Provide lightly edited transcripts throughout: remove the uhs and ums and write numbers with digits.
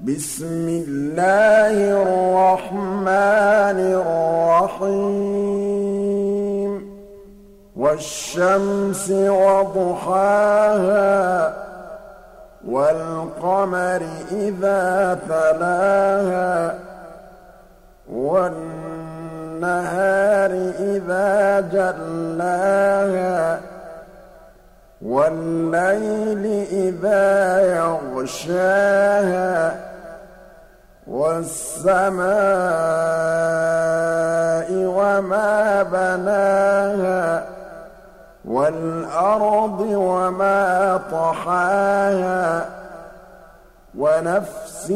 بسم الله الرحمن الرحيم والشمس وضحاها والقمر إذا تلاها والنهار إذا جلاها والليل إذا يغشاها والسماء وما بناها والأرض وما طحاها ونفس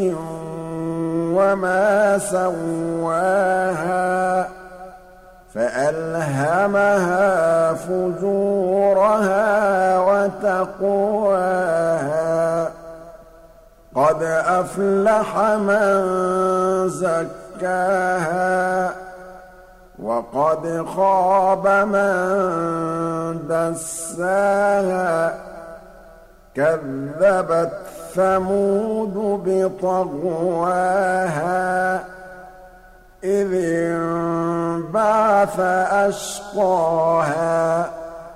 وما سواها فألهمها فجورها وتقواها قد أفلح من زكاها وقد خاب من دساها كذبت ثمود بطغواها إذ انبعث أشقاها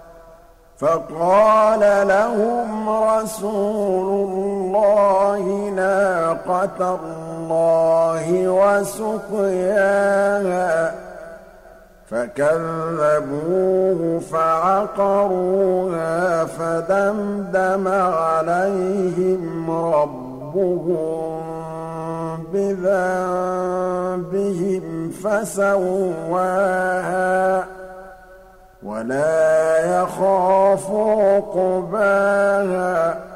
فقال لهم رسول الله ناقة الله وسقياها فكذبوه فعقروها فدمدم عليهم ربهم بذنبهم فسواها ولا يخاف عقباها